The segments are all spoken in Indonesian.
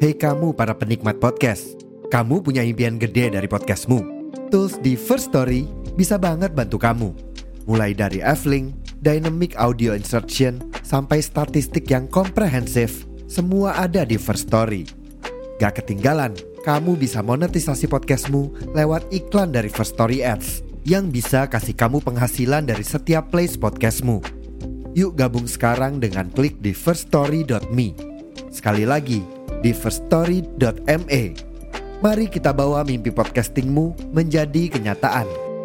Hei kamu para penikmat podcast, kamu punya impian gede dari podcastmu. Tools di First Story bisa banget bantu kamu. Mulai dari F-Link, Dynamic Audio Insertion, sampai statistik yang komprehensif, semua ada di First Story. Gak ketinggalan, kamu bisa monetisasi podcastmu lewat iklan dari First Story Ads yang bisa kasih kamu penghasilan dari setiap plays podcastmu. Yuk gabung sekarang dengan klik di firststory.me. Sekali lagi, di firststory.me. Mari kita bawa mimpi podcastingmu menjadi kenyataan.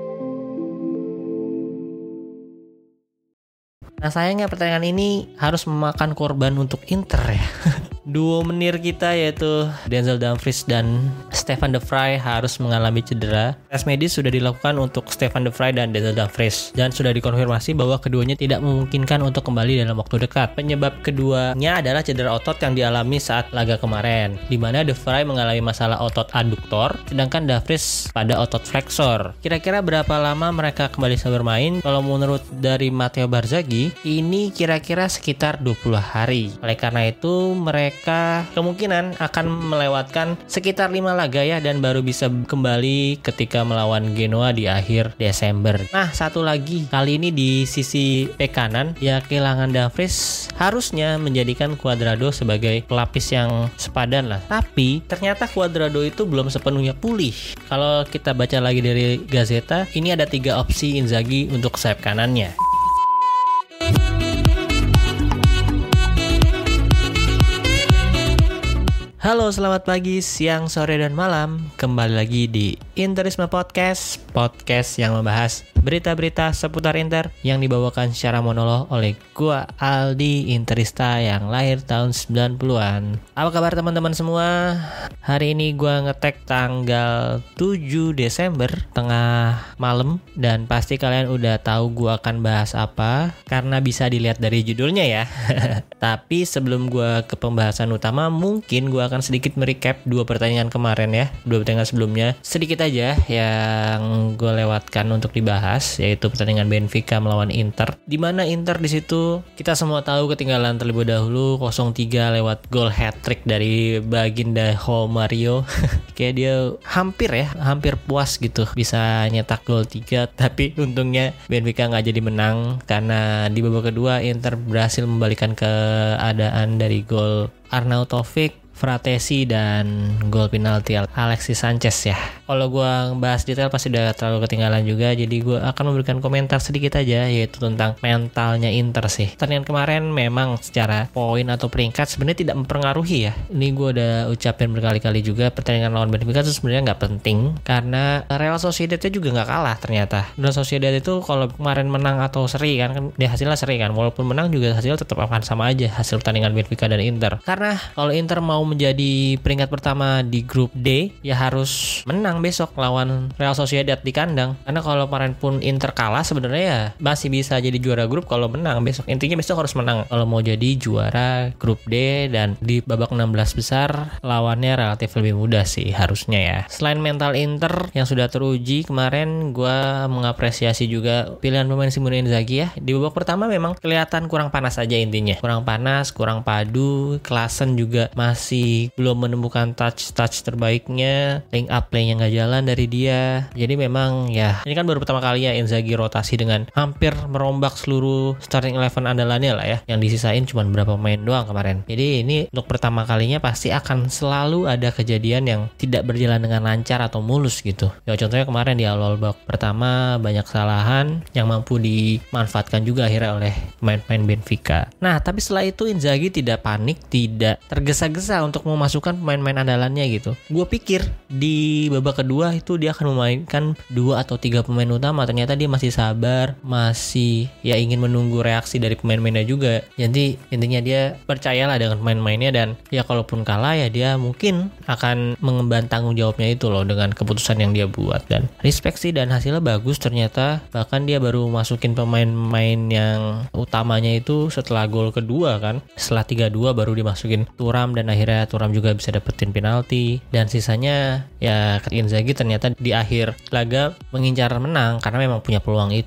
Nah sayangnya pertandingan ini harus memakan korban untuk Inter ya. Duo menir kita yaitu Denzel Dumfries dan Stefan De Vrij harus mengalami cedera. Tes medis sudah dilakukan untuk Stefan De Vrij dan Denzel Dumfries dan sudah dikonfirmasi bahwa keduanya tidak memungkinkan untuk kembali dalam waktu dekat. Penyebab keduanya adalah cedera otot yang dialami saat laga kemarin, di mana De Vrij mengalami masalah otot aduktor, sedangkan Dumfries pada otot flexor. Kira-kira berapa lama mereka kembali bisa bermain? Kalau menurut dari Matteo Barzagli, ini kira-kira sekitar 20 hari. Oleh karena itu mereka kemungkinan akan melewatkan sekitar 5 laga ya, dan baru bisa kembali ketika melawan Genoa di akhir Desember. Nah satu lagi, kali ini di sisi bek kanan ya, kehilangan Dumfries harusnya menjadikan Cuadrado sebagai pelapis yang sepadan lah. Tapi ternyata Cuadrado itu belum sepenuhnya pulih. Kalau kita baca lagi dari Gazzetta, ini ada 3 opsi Inzaghi untuk sayap kanannya. Halo, selamat pagi, siang, sore, dan malam. Kembali lagi di Interisme Podcast, podcast yang membahas berita-berita seputar Inter yang dibawakan secara monolog oleh gua Aldi Interista yang lahir tahun 90-an. Apa kabar teman-teman semua? Hari ini gua ngetek tanggal 7 Desember tengah malam, dan pasti kalian udah tahu gua akan bahas apa karena bisa dilihat dari judulnya ya. Tapi sebelum gua ke pembahasan utama, mungkin gua akan sedikit merecap 2 pertandingan kemarin ya, 2 pertandingan sebelumnya. Sedikit aja yang gue lewatkan untuk dibahas, yaitu pertandingan Benfica melawan Inter, di mana Inter di situ kita semua tahu ketinggalan terlebih dahulu 0-3 lewat gol hat-trick dari Baginda Mario. Kayak dia hampir puas gitu bisa nyetak gol 3, tapi untungnya Benfica nggak jadi menang karena di babak kedua Inter berhasil membalikan keadaan dari gol Arnautovic, Fratesi, dan gol penalti Alexis Sanchez ya. Kalau gue bahas detail pasti udah terlalu ketinggalan juga, jadi gue akan memberikan komentar sedikit aja, yaitu tentang mentalnya Inter sih. Pertandingan kemarin memang secara poin atau peringkat sebenarnya tidak mempengaruhi ya. Ini gue udah ucapin berkali-kali juga, pertandingan lawan Benfica itu sebenarnya nggak penting karena Real Sociedad-nya juga nggak kalah ternyata. Real Sociedad itu kalau kemarin menang atau seri kan dia hasilnya seri kan, walaupun menang juga hasil tetap akan sama aja hasil pertandingan Benfica dan Inter. Karena kalau Inter mau menjadi peringkat pertama di grup D ya harus menang besok lawan Real Sociedad di kandang. Karena kalau kemarin pun Inter kalah sebenarnya ya masih bisa jadi juara grup kalau menang besok. Intinya besok harus menang kalau mau jadi juara grup D, dan di babak 16 besar lawannya relatif lebih mudah sih harusnya ya. Selain mental Inter yang sudah teruji kemarin, gue mengapresiasi juga pilihan pemain Simone Inzaghi ya. Di babak pertama memang kelihatan kurang panas aja, intinya kurang panas, kurang padu. Klaassen juga masih belum menemukan touch terbaiknya, link up play-nya nggak jalan dari dia. Jadi memang ya ini kan baru pertama kali ya Inzaghi rotasi dengan hampir merombak seluruh starting 11 andalannya lah ya, yang disisain cuma berapa pemain doang kemarin. Jadi ini untuk pertama kalinya pasti akan selalu ada kejadian yang tidak berjalan dengan lancar atau mulus gitu ya. Contohnya kemarin di awal babak pertama banyak kesalahan yang mampu dimanfaatkan juga akhirnya oleh pemain-pemain Benfica. Nah tapi setelah itu Inzaghi tidak panik, tidak tergesa-gesa untuk memasukkan pemain-pemain andalannya gitu. Gue pikir di babak kedua itu dia akan memainkan 2 atau 3 pemain utama. Ternyata dia masih sabar, masih ya ingin menunggu reaksi dari pemain-pemainnya juga. Jadi intinya dia percayalah dengan pemain-pemainnya, dan ya kalaupun kalah ya dia mungkin akan mengemban tanggung jawabnya itu loh dengan keputusan yang dia buat. Dan respect sih, dan hasilnya bagus ternyata. Bahkan dia baru masukin pemain-pemain yang utamanya itu setelah gol kedua kan. Setelah 3-2 baru dimasukin Thuram, dan akhirnya Thuram juga bisa dapetin penalti, dan sisanya ya Inzaghi ternyata di akhir laga mengincar menang karena memang punya peluang itu.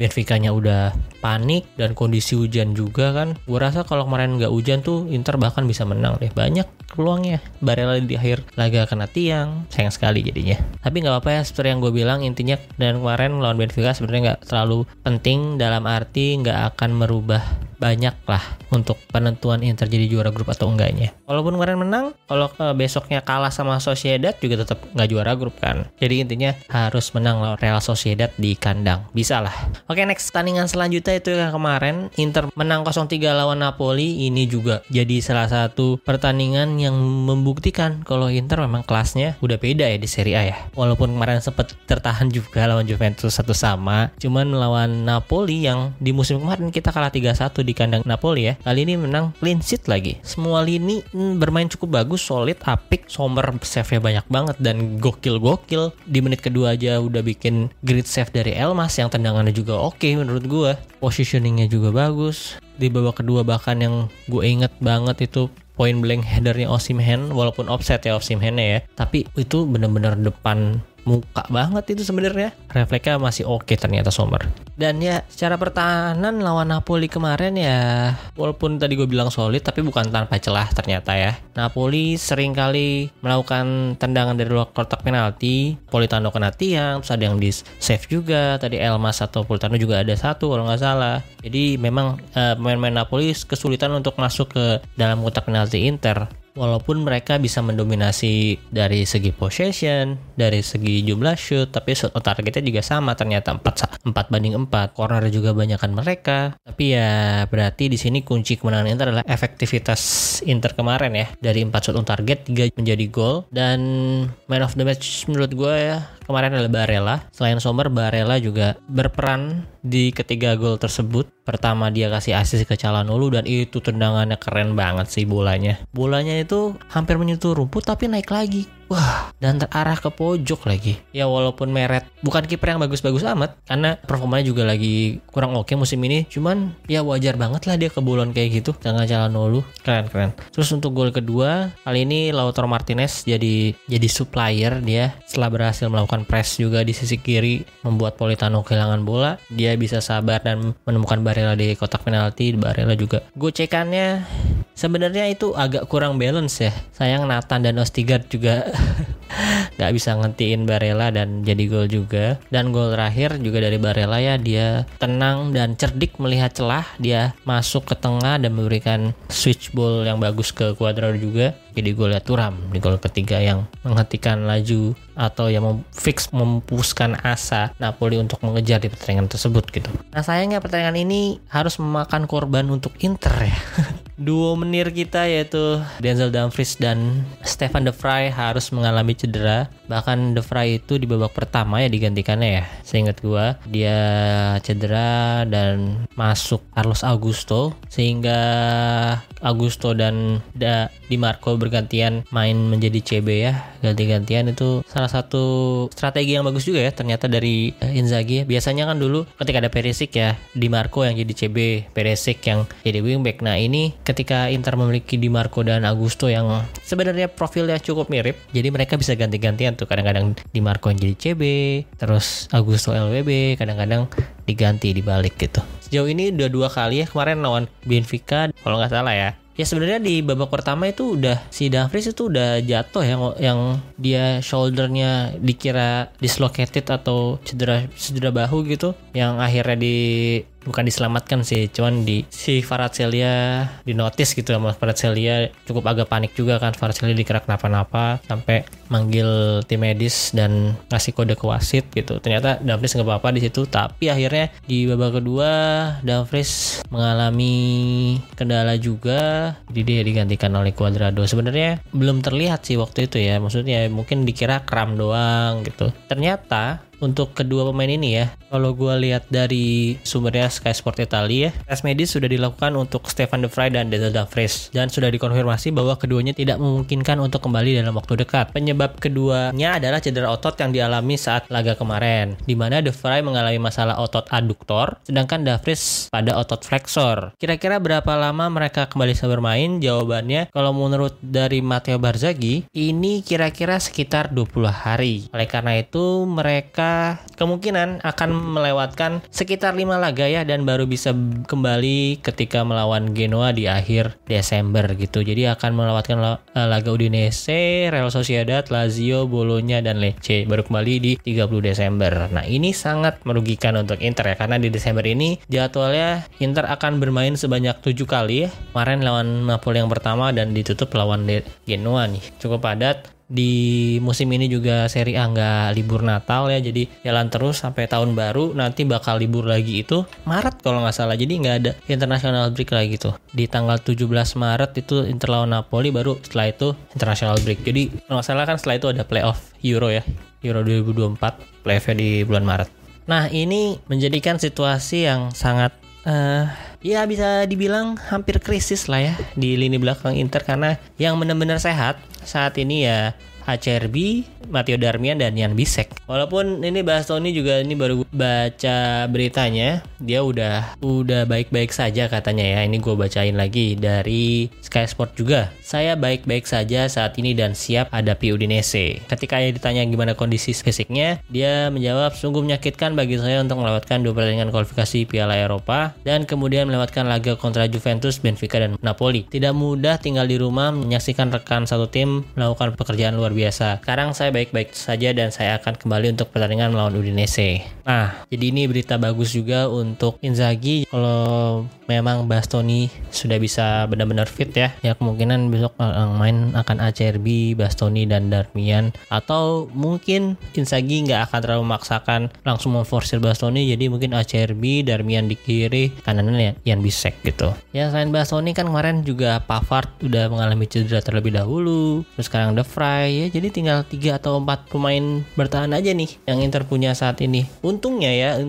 Benficanya udah panik dan kondisi hujan juga kan. Gue rasa kalau kemarin nggak hujan tuh Inter bahkan bisa menang deh. Banyak peluangnya. Barella di akhir laga kena tiang, sayang sekali jadinya. Tapi nggak apa-apa ya, seperti yang gue bilang, intinya dan kemarin lawan Benfica sebenarnya nggak terlalu penting, dalam arti nggak akan merubah banyak lah untuk penentuan Inter jadi juara grup atau enggaknya. Walaupun kemarin menang, kalau besoknya kalah sama Sociedad juga tetap nggak juara grup kan. Jadi intinya harus menang lawan Real Sociedad di kandang. Bisa lah. Oke, next pertandingan selanjutnya itu yang kemarin Inter menang 0-3 lawan Napoli. Ini juga jadi salah satu pertandingan yang membuktikan kalau Inter memang kelasnya udah beda ya di Serie A ya. Walaupun kemarin sempat tertahan juga lawan Juventus 1-1, cuman melawan Napoli yang di musim kemarin kita kalah 3-1 di kandang Napoli ya. Kali ini menang clean sheet lagi. Semua lini bermain cukup bagus, solid, apik. Sommer save-nya banyak banget dan gokil-gokil. Di menit kedua aja udah bikin great save dari Elmas yang tendangannya juga oke menurut gue. Positioningnya juga bagus. Di babak kedua bahkan yang gue inget banget itu point blank headernya Osimhen, walaupun offset ya Osimhen-nya ya. Tapi itu bener-bener depan muka banget itu sebenarnya. Refleksnya masih oke ternyata Sommer. Dan ya secara pertahanan lawan Napoli kemarin ya, walaupun tadi gue bilang solid tapi bukan tanpa celah ternyata ya. Napoli sering kali melakukan tendangan dari luar kotak penalti. Politano kena tiang, terus ada yang di save juga. Tadi Elmas atau Politano juga ada satu kalau nggak salah. Jadi memang pemain-pemain Napoli kesulitan untuk masuk ke dalam kotak penalti Inter. Walaupun mereka bisa mendominasi dari segi possession, dari segi jumlah shoot, tapi shot on targetnya juga sama ternyata 4-4. Corner juga banyakan mereka. Tapi ya berarti di sini kunci kemenangan Inter adalah efektivitas Inter kemarin ya. Dari 4 shot on target 3 menjadi gol. Dan man of the match menurut gue ya kemarin adalah Barella. Selain Sommer, Barella juga berperan di ketiga gol tersebut. Pertama dia kasih assist ke Calhanoglu dan itu tendangannya keren banget sih bolanya. Bolanya itu hampir menyentuh rumput tapi naik lagi. Wah, dan terarah ke pojok lagi. Ya walaupun Meret bukan kiper yang bagus-bagus amat karena performanya juga lagi kurang oke musim ini. Cuman ya wajar banget lah dia kebobolan kayak gitu dengan Calhanoglu. Keren. Terus untuk gol kedua, kali ini Lautaro Martinez jadi supplier dia setelah berhasil melakukan press juga di sisi kiri, membuat Politano kehilangan bola. Dia bisa sabar dan menemukan Barella di kotak penalti. Barella juga gocekannya sebenarnya itu agak kurang balance ya. Sayang Nathan dan Østigard juga gak bisa ngentiin Barella dan jadi gol juga. Dan gol terakhir juga dari Barella ya, dia tenang dan cerdik melihat celah, dia masuk ke tengah dan memberikan switch ball yang bagus ke Cuadrado juga. Jadi golnya Thuram di gol ketiga yang menghentikan laju atau yang memupuskan asa Napoli untuk mengejar di pertandingan tersebut gitu. Nah sayangnya pertandingan ini harus memakan korban untuk Inter ya. Duo menir kita yaitu Denzel Dumfries dan Stefan De Vrij harus mengalami cedera. Bahkan De Vrij itu di babak pertama ya digantikannya ya. Seingat gua dia cedera dan masuk Carlos Augusto sehingga Augusto dan Di Marco bergantian main menjadi CB ya. Ganti-gantian itu salah satu strategi yang bagus juga ya ternyata dari Inzaghi. Biasanya kan dulu ketika ada Perisic ya, Di Marco yang jadi CB, Perisic yang jadi wingback. Nah ini ketika Inter memiliki Di Marco dan Augusto yang sebenarnya profilnya cukup mirip, jadi mereka bisa ganti-gantian tuh. Kadang-kadang Di Marco yang jadi CB, terus Augusto LWB, kadang-kadang diganti dibalik gitu. Sejauh ini udah 2 kali ya, kemarin lawan Benfica kalau nggak salah ya. Ya sebenarnya di babak pertama itu udah si Dumfries itu udah jatuh ya, yang dia shouldernya dikira dislocated atau cedera bahu gitu, yang akhirnya bukan diselamatkan sih, cuman si Kvaratskhelia di notice gitu sama Kvaratskhelia, cukup agak panik juga kan Kvaratskhelia dikira kenapa-napa sampai manggil tim medis dan ngasih kode ke wasit gitu. Ternyata Dumfries nggak apa-apa di situ, tapi akhirnya di babak kedua Dumfries mengalami kendala juga, jadi dia digantikan oleh Cuadrado. Sebenarnya belum terlihat sih waktu itu ya, maksudnya mungkin dikira kram doang gitu. Ternyata untuk kedua pemain ini ya, kalau gue lihat dari sumbernya Sky Sport Italia, tes medis sudah dilakukan untuk Stefan De Vrij dan Denzel Dumfries dan sudah dikonfirmasi bahwa keduanya tidak memungkinkan untuk kembali dalam waktu dekat. Penyebab keduanya adalah cedera otot yang dialami saat laga kemarin, di mana De Vrij mengalami masalah otot aduktor, sedangkan Dumfries pada otot flexor. Kira-kira berapa lama mereka kembali bisa bermain? Jawabannya, kalau menurut dari Matteo Barzaghi, ini kira-kira sekitar 20 hari. Oleh karena itu, mereka kemungkinan akan melewatkan sekitar 5 laga ya, dan baru bisa kembali ketika melawan Genoa di akhir Desember gitu. Jadi akan melewatkan laga Udinese, Real Sociedad, Lazio, Bologna, dan Lecce baru kembali di 30 Desember. Nah ini sangat merugikan untuk Inter ya, karena di Desember ini jadwalnya Inter akan bermain sebanyak 7 kali ya. Kemarin lawan Napoli yang pertama dan ditutup lawan Genoa nih. Cukup padat. Di musim ini juga Serie A nggak libur Natal ya, jadi jalan terus sampai tahun baru. Nanti bakal libur lagi itu Maret kalau nggak salah, jadi nggak ada international break lagi tuh. Di tanggal 17 Maret itu Inter lawan Napoli, baru setelah itu international break. Jadi kalau nggak salah kan setelah itu ada playoff Euro ya, Euro 2024, playoffnya di bulan Maret. Nah ini menjadikan situasi yang sangat ya bisa dibilang hampir krisis lah ya di lini belakang Inter, karena yang benar-benar sehat saat ini ya Acerbi, Matteo Darmian, dan Jan Bisek. Walaupun ini Bastoni juga ini baru baca beritanya, dia udah baik-baik saja katanya ya. Ini gue bacain lagi dari Sky Sport juga. Saya baik-baik saja saat ini dan siap hadapi Udinese. Ketika ditanya gimana kondisi fisiknya, dia menjawab, sungguh menyakitkan bagi saya untuk melewatkan 2 pertandingan kualifikasi Piala Eropa dan kemudian melewatkan laga kontra Juventus, Benfica, dan Napoli. Tidak mudah tinggal di rumah menyaksikan rekan satu tim melakukan pekerjaan luar biasa. Sekarang saya baik-baik saja dan saya akan kembali untuk pertandingan melawan Udinese. Nah, jadi ini berita bagus juga untuk Inzaghi. Kalau memang Bastoni sudah bisa benar-benar fit ya kemungkinan besok yang main akan Acerbi, Bastoni, dan Darmian. Atau mungkin Inzaghi nggak akan terlalu memaksakan langsung memforsir Bastoni, jadi mungkin Acerbi, Darmian di kiri, kanannya Jan Bisek gitu. Ya selain Bastoni kan kemarin juga Pavard udah mengalami cedera terlebih dahulu, terus sekarang De Vrij ya, jadi tinggal 3 atau 4 pemain bertahan aja nih yang Inter punya saat ini. Untungnya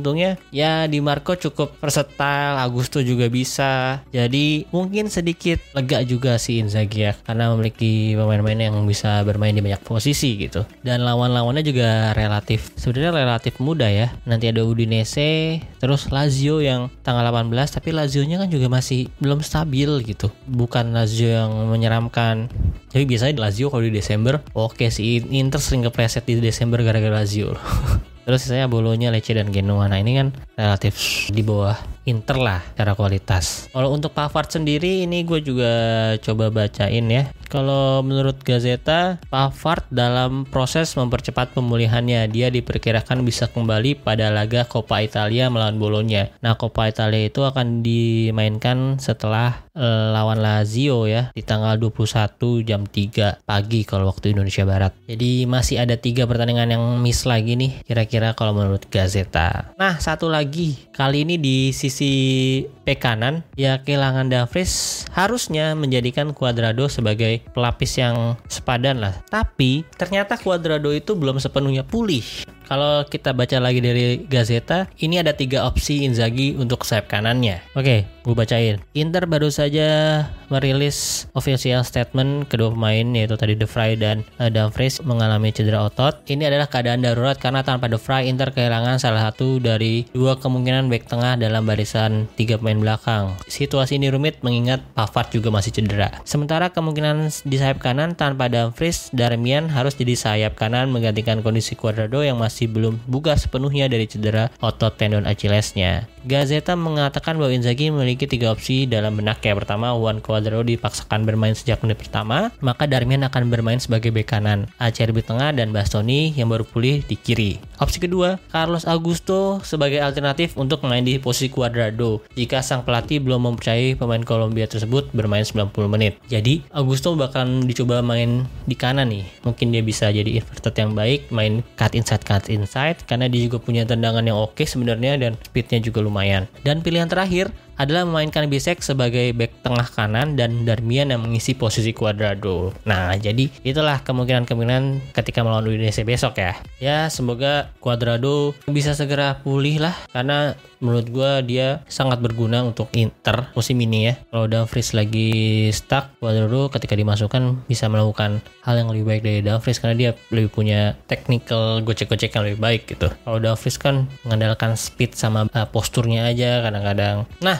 ya Di Marco cukup versatile, Augusto juga bisa, jadi mungkin sedikit lega juga si Inzaghi ya, karena memiliki pemain-pemain yang bisa bermain di banyak posisi gitu. Dan lawan-lawannya juga relatif mudah ya. Nanti ada Udinese, terus Lazio yang tanggal 18, tapi Lazio-nya kan juga masih belum stabil gitu. Bukan Lazio yang menyeramkan. Jadi biasanya Lazio kalau di Desember oke sih, Inter sering kepleset di Desember gara-gara Lazio. Terus sisanya Bologna, Lecce, dan Genoa. Nah ini kan relatif di bawah Inter lah secara kualitas. Kalau untuk Pavard sendiri ini gue juga coba bacain ya. Kalau menurut Gazzetta, Pavard dalam proses mempercepat pemulihannya. Dia diperkirakan bisa kembali pada laga Coppa Italia melawan Bologna. Nah Coppa Italia itu akan dimainkan setelah lawan Lazio ya di tanggal 21 jam 3 pagi kalau waktu Indonesia Barat. Jadi masih ada 3 pertandingan yang miss lagi nih kira-kira kalau menurut Gazzetta. Nah satu lagi, kali ini di sisi bek kanan ya kehilangan Dumfries, harusnya menjadikan Cuadrado sebagai pelapis yang sepadan lah. Tapi ternyata Cuadrado itu belum sepenuhnya pulih. Kalau kita baca lagi dari Gazzetta, ini ada 3 opsi Inzaghi untuk sayap kanannya. Oke, gue bacain. Inter baru saja merilis official statement kedua pemain, yaitu tadi De Vrij dan Dumfries mengalami cedera otot. Ini adalah keadaan darurat karena tanpa De Vrij Inter kehilangan salah satu dari 2 kemungkinan bek tengah dalam barisan 3 pemain belakang. Situasi ini rumit mengingat Pavard juga masih cedera. Sementara kemungkinan di sayap kanan tanpa Dumfries, Darmian harus jadi sayap kanan menggantikan kondisi Cuadrado yang masih belum buka sepenuhnya dari cedera otot tendon Achillesnya. Gazzetta mengatakan bahwa Inzaghi memiliki 3 opsi dalam benaknya. Pertama, Juan Cuadrado dipaksakan bermain sejak menit pertama, maka Darmian akan bermain sebagai bek kanan, Acerbi tengah, dan Bastoni yang baru pulih di kiri. Opsi kedua, Carlos Augusto sebagai alternatif untuk main di posisi Cuadrado jika sang pelatih belum mempercayai pemain Kolombia tersebut bermain 90 menit. Jadi Augusto bakalan dicoba main di kanan nih. Mungkin dia bisa jadi inverted yang baik, main cut inside karena dia juga punya tendangan yang oke sebenarnya dan speednya juga lumayan. Dan pilihan terakhir adalah memainkan Bisek sebagai bek tengah kanan dan Darmian yang mengisi posisi Cuadrado. Nah, jadi itulah kemungkinan ketika melawan Udinese besok ya. Ya, semoga Cuadrado bisa segera pulih lah, karena menurut gue dia sangat berguna untuk Inter musim ini ya. Kalau Dumfries lagi stuck, Cuadrado ketika dimasukkan bisa melakukan hal yang lebih baik dari Dumfries karena dia lebih punya technical gocek-gocek yang lebih baik gitu. Kalau Dumfries kan mengandalkan speed sama posturnya aja kadang-kadang. Nah,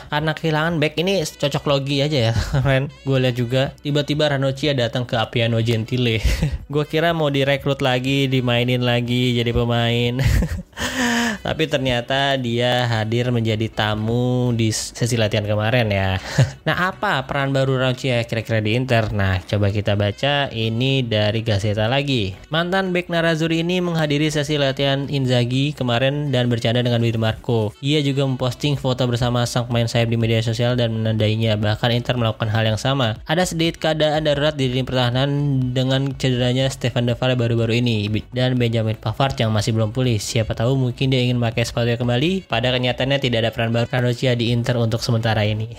Nah, karena kehilangan back ini cocok logi aja ya. Keren. Gue lihat juga tiba-tiba Ranocchia datang ke Appiano Gentile. Gue kira mau direkrut lagi, dimainin lagi jadi pemain. Tapi ternyata dia hadir menjadi tamu di sesi latihan kemarin ya. Nah, apa peran baru Ranocchia kira-kira di Inter? Nah, coba kita baca ini dari Gazzetta lagi. Mantan bek Nerazzurri ini menghadiri sesi latihan Inzaghi kemarin dan bercanda dengan Di Marco. Ia juga memposting foto bersama sang pemain sayap di media sosial dan menandainya. Bahkan Inter melakukan hal yang sama. Ada sedikit keadaan darurat di lini pertahanan dengan cederanya Stefan De Vrij baru-baru ini dan Benjamin Pavard yang masih belum pulih. Siapa tahu mungkin dia ingin memakai sepatunya kembali. Pada kenyataannya tidak ada peran baru Ranocchia di Inter untuk sementara ini.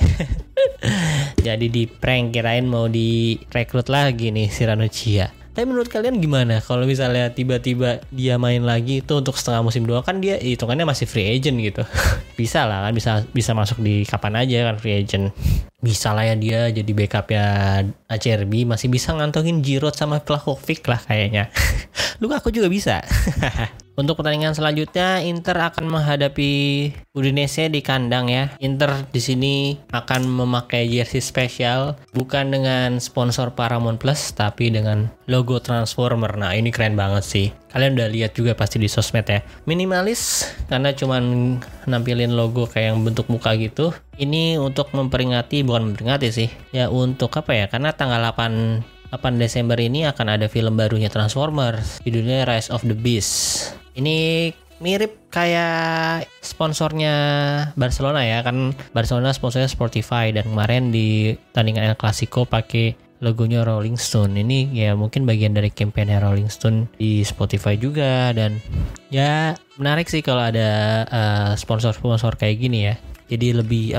Jadi di prank, kirain mau direkrut lagi nih si Ranocchia. Tapi menurut kalian gimana kalau misalnya tiba-tiba dia main lagi itu untuk setengah musim doang? Kan dia hitungannya masih free agent gitu. Bisa lah kan, bisa masuk di kapan aja kan free agent. Bisa lah ya dia jadi backup ya Acerbi, masih bisa ngantongin Giroud sama Vlahovic lah kayaknya. Aku juga bisa. Untuk pertandingan selanjutnya Inter akan menghadapi Udinese di kandang ya. Inter di sini akan memakai jersey spesial bukan dengan sponsor Paramount Plus tapi dengan logo Transformer. Nah, ini keren banget sih. Kalian udah lihat juga pasti di sosmed ya. Minimalis karena cuman nampilin logo kayak yang bentuk muka gitu. Ini untuk bukan memperingati sih. Ya untuk apa ya? Karena tanggal 8 Desember ini akan ada film barunya Transformers, judulnya Rise of the Beast. Ini mirip kayak sponsornya Barcelona ya, kan Barcelona sponsornya Spotify dan kemarin di tandingan El Clasico pakai logonya Rolling Stone. Ini ya mungkin bagian dari campaign Rolling Stone di Spotify juga, dan ya menarik sih kalau ada sponsor-sponsor kayak gini ya. Jadi lebih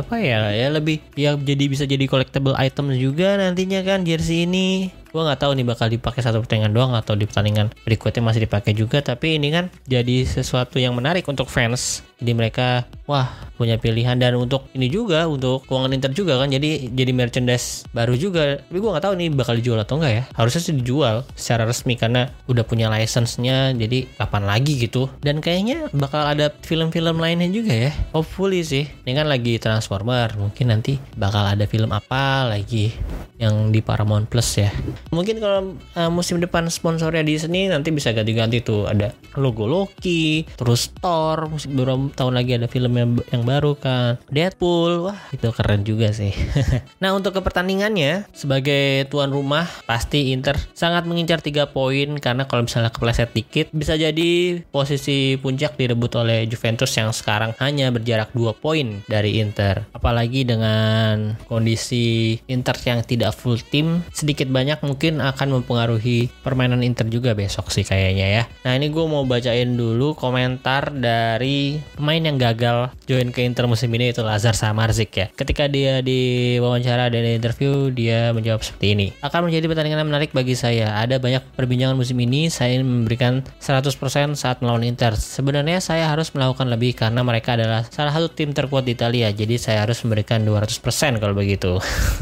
jadi bisa jadi collectible item juga nantinya kan jersey ini. Gue nggak tahu nih bakal dipakai satu pertandingan doang atau di pertandingan berikutnya masih dipakai juga, tapi ini kan jadi sesuatu yang menarik untuk fans. Jadi mereka punya pilihan, dan untuk ini juga untuk keuangan Inter juga kan, jadi merchandise baru juga. Tapi gue nggak tahu nih bakal dijual atau enggak ya. Harusnya sih dijual secara resmi karena udah punya license-nya, jadi kapan lagi gitu. Dan kayaknya bakal ada film-film lainnya juga ya, hopefully sih. Ini kan lagi Transformer, mungkin nanti bakal ada film apa lagi yang di Paramount Plus ya. Mungkin kalau musim depan sponsornya Disney nanti bisa ganti-ganti tuh, ada logo Loki, terus Thor, beberapa tahun lagi ada film yang baru kan, Deadpool. Wah, itu keren juga sih. Nah, untuk ke pertandingannya sebagai tuan rumah pasti Inter sangat mengincar 3 poin, karena kalau misalnya kepleset dikit bisa jadi posisi puncak direbut oleh Juventus yang sekarang hanya berjarak 2 poin dari Inter. Apalagi dengan kondisi Inter yang tidak full tim, sedikit banyak mungkin akan mempengaruhi permainan Inter juga besok sih kayaknya ya. Nah, ini gue mau bacain dulu komentar dari pemain yang gagal join ke Inter musim ini, itu Lazar Samardzic ya. Ketika dia diwawancara dan interview, dia menjawab seperti ini. Akan menjadi pertandingan yang menarik bagi saya. Ada banyak perbincangan musim ini, saya memberikan 100% saat melawan Inter. Sebenarnya saya harus melakukan lebih karena mereka adalah salah satu tim terkuat di Italia, jadi saya harus memberikan 200% kalau begitu.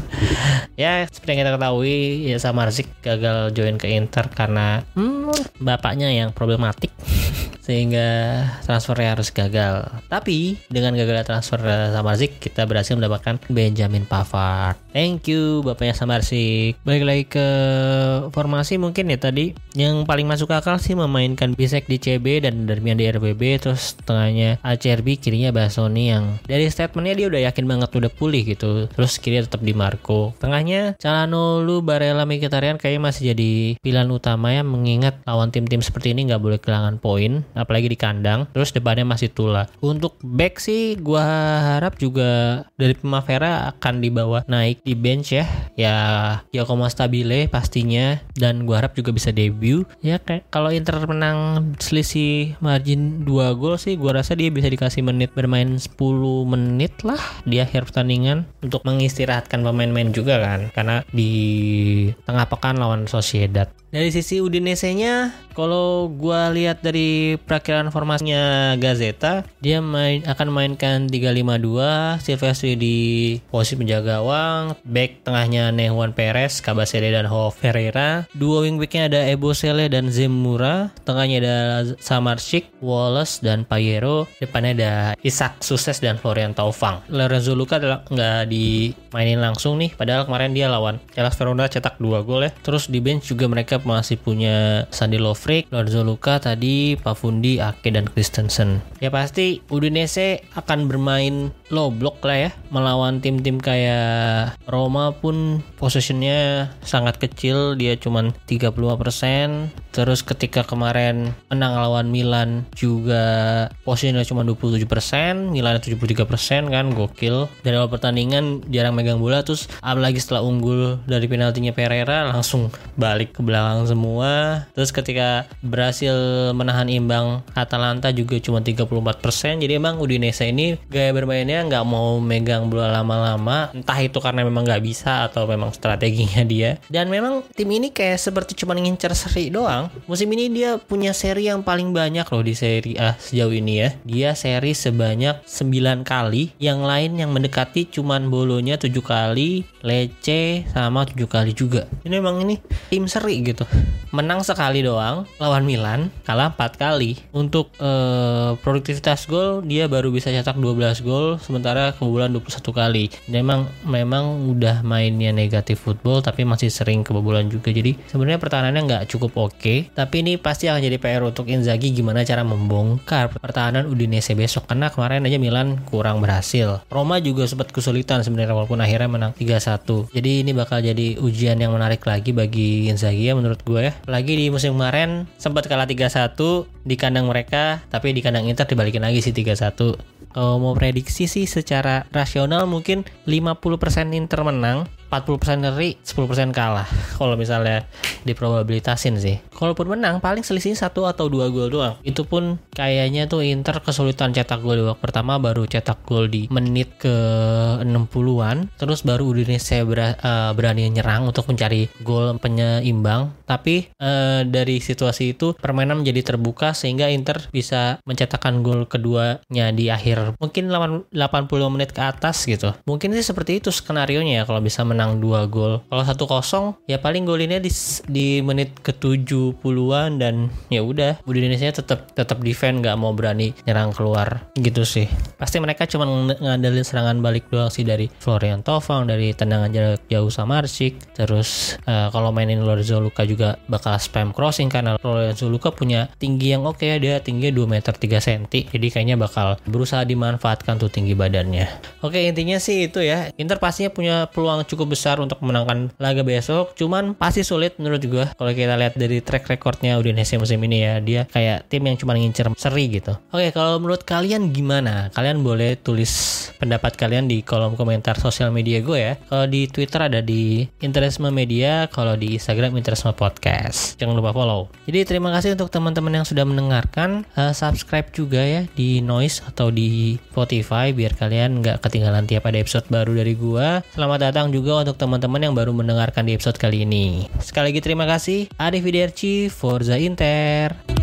Ya, seperti yang kita ketahui ya, Samardzic gagal join ke Inter karena bapaknya yang problematik sehingga transfernya harus gagal. Tapi dengan gagal transfer Samardzic, kita berhasil mendapatkan Benjamin Pavard. Thank you bapaknya Samardzic. Balik lagi ke formasi mungkin ya, tadi yang paling masuk akal sih memainkan Bisek di CB dan Darmian di RBB, terus tengahnya Acerbi, kirinya Bastoni yang dari statementnya dia udah yakin banget udah pulih gitu. Terus kirinya tetap Di Marco. Tengahnya Calhanoglu, Barella, Mkhitaryan kayaknya masih jadi pilihan utama ya, mengingat lawan tim-tim seperti ini nggak boleh kehilangan poin, apalagi di kandang. Terus depannya masih Tula. Untuk back sih gua harap juga dari Primavera akan dibawa naik di bench ya Giacomo Stabile pastinya, dan gua harap juga bisa debut ya. Kayak kalau Inter menang selisih margin 2 gol sih, gua rasa dia bisa dikasih menit bermain 10 menit lah di akhir pertandingan untuk mengistirahatkan pemain-pemain juga kan, karena di tengah pekan lawan Sociedad. Dari sisi Udinese-nya, kalau gue lihat dari perakilan formasinya Gazeta, dia akan mainkan 3-5-2, Silvestri di posisi penjaga gawang, back tengahnya Nehuan Perez, Cabacede dan Joao Ferreira, dua wingbacknya ada Ebosele dan Zemura, tengahnya ada Samardzic, Wallace dan Payero, depannya ada Isaac Suses dan Florian Thauvang. Lorenzo Luca nggak dimainin langsung nih, padahal kemarin dia lawan Hellas Verona cetak 2 gol ya. Terus di bench juga mereka masih punya Sandy Lovric, Lorenzo Luca tadi, Pafundi, Ake dan Christensen. Ya pasti Udinese akan bermain low block lah ya, melawan tim-tim kayak Roma pun possessionnya sangat kecil, dia cuman 35%. Terus ketika kemarin menang lawan Milan juga possessionnya cuma 27%, Milan 73% kan, gokil. Dari awal pertandingan jarang megang bola, terus apalagi setelah unggul dari penaltinya Pereira langsung balik ke belakang semua. Terus ketika berhasil menahan imbang Atalanta juga cuma 34%. Jadi emang Udinese ini gaya bermainnya nggak mau megang bola lama-lama, entah itu karena memang nggak bisa atau memang strateginya dia. Dan memang tim ini kayak seperti cuma ngincer seri doang. Musim ini dia punya seri yang paling banyak loh di Serie A sejauh ini ya. Dia seri sebanyak 9 kali, yang lain yang mendekati cuman Bolonya 7 kali, Lecce sama 7 kali juga. Ini memang ini tim seri gitu. Menang sekali doang lawan Milan, kalah 4 kali. Untuk produktivitas gol dia baru bisa cetak 12 gol, sementara kebobolan 21 kali. Dan memang udah mainnya negatif football tapi masih sering kebobolan juga. Jadi sebenarnya pertahanannya nggak cukup oke. Tapi ini pasti akan jadi PR untuk Inzaghi gimana cara membongkar pertahanan Udinese besok, karena kemarin aja Milan kurang berhasil. Roma juga sempat kesulitan sebenarnya walaupun akhirnya menang 3-1. Jadi ini bakal jadi ujian yang menarik lagi bagi Inzaghi ya menurut gue ya. Lagi di musim kemarin sempat kalah 3-1 di kandang mereka, tapi di kandang Inter dibalikin lagi sih 3-1. Kalau mau prediksi sih secara rasional mungkin 50% Inter menang, 40% ngeri, 10% kalah. Kalau misalnya diprobabilitasin sih. Kalaupun menang paling selisihnya 1 atau 2 gol doang. Itu pun kayaknya tuh Inter kesulitan cetak gol di babak pertama, baru cetak gol di menit ke 60-an. Terus baru Udinese berani nyerang untuk mencari gol penyeimbang. Tapi dari situasi itu permainan menjadi terbuka sehingga Inter bisa mencetakkan gol keduanya di akhir. Mungkin 80 menit ke atas gitu. Mungkin sih seperti itu skenarionya ya kalau bisa menang 2 gol. Kalau 1-0 ya paling golinnya di menit ke 70-an dan ya udah Udinese tetap defend, nggak mau berani nyerang keluar gitu sih. Pasti mereka cuma ngandelin serangan balik doang sih dari Florian Thauvang, dari tendangan jarak jauh Samardzic. Terus kalau mainin Lorenzo Luca juga bakal spam crossing karena Lorenzo Luca punya tinggi yang oke ya, dia tingginya 2 meter 3 cm. Jadi kayaknya bakal berusaha dimanfaatkan tuh tinggi badannya. Oke, intinya sih itu ya. Inter pastinya punya peluang cukup besar untuk menangkan laga besok, cuman pasti sulit menurut gue. Kalau kita lihat dari track recordnya Udinese musim ini ya, dia kayak tim yang cuma ngincer seri gitu. Oke, kalau menurut kalian gimana? Kalian boleh tulis pendapat kalian di kolom komentar sosial media gue ya. Kalau di Twitter ada di Interisme Media, kalau di Instagram Interisme Podcast. Jangan lupa follow. Jadi terima kasih untuk teman-teman yang sudah mendengarkan. Subscribe juga ya di Noise atau di Spotify biar kalian nggak ketinggalan tiap ada episode baru dari gue. Selamat datang juga untuk teman-teman yang baru mendengarkan di episode kali ini. Sekali lagi terima kasih. Arrivederci, Forza Inter.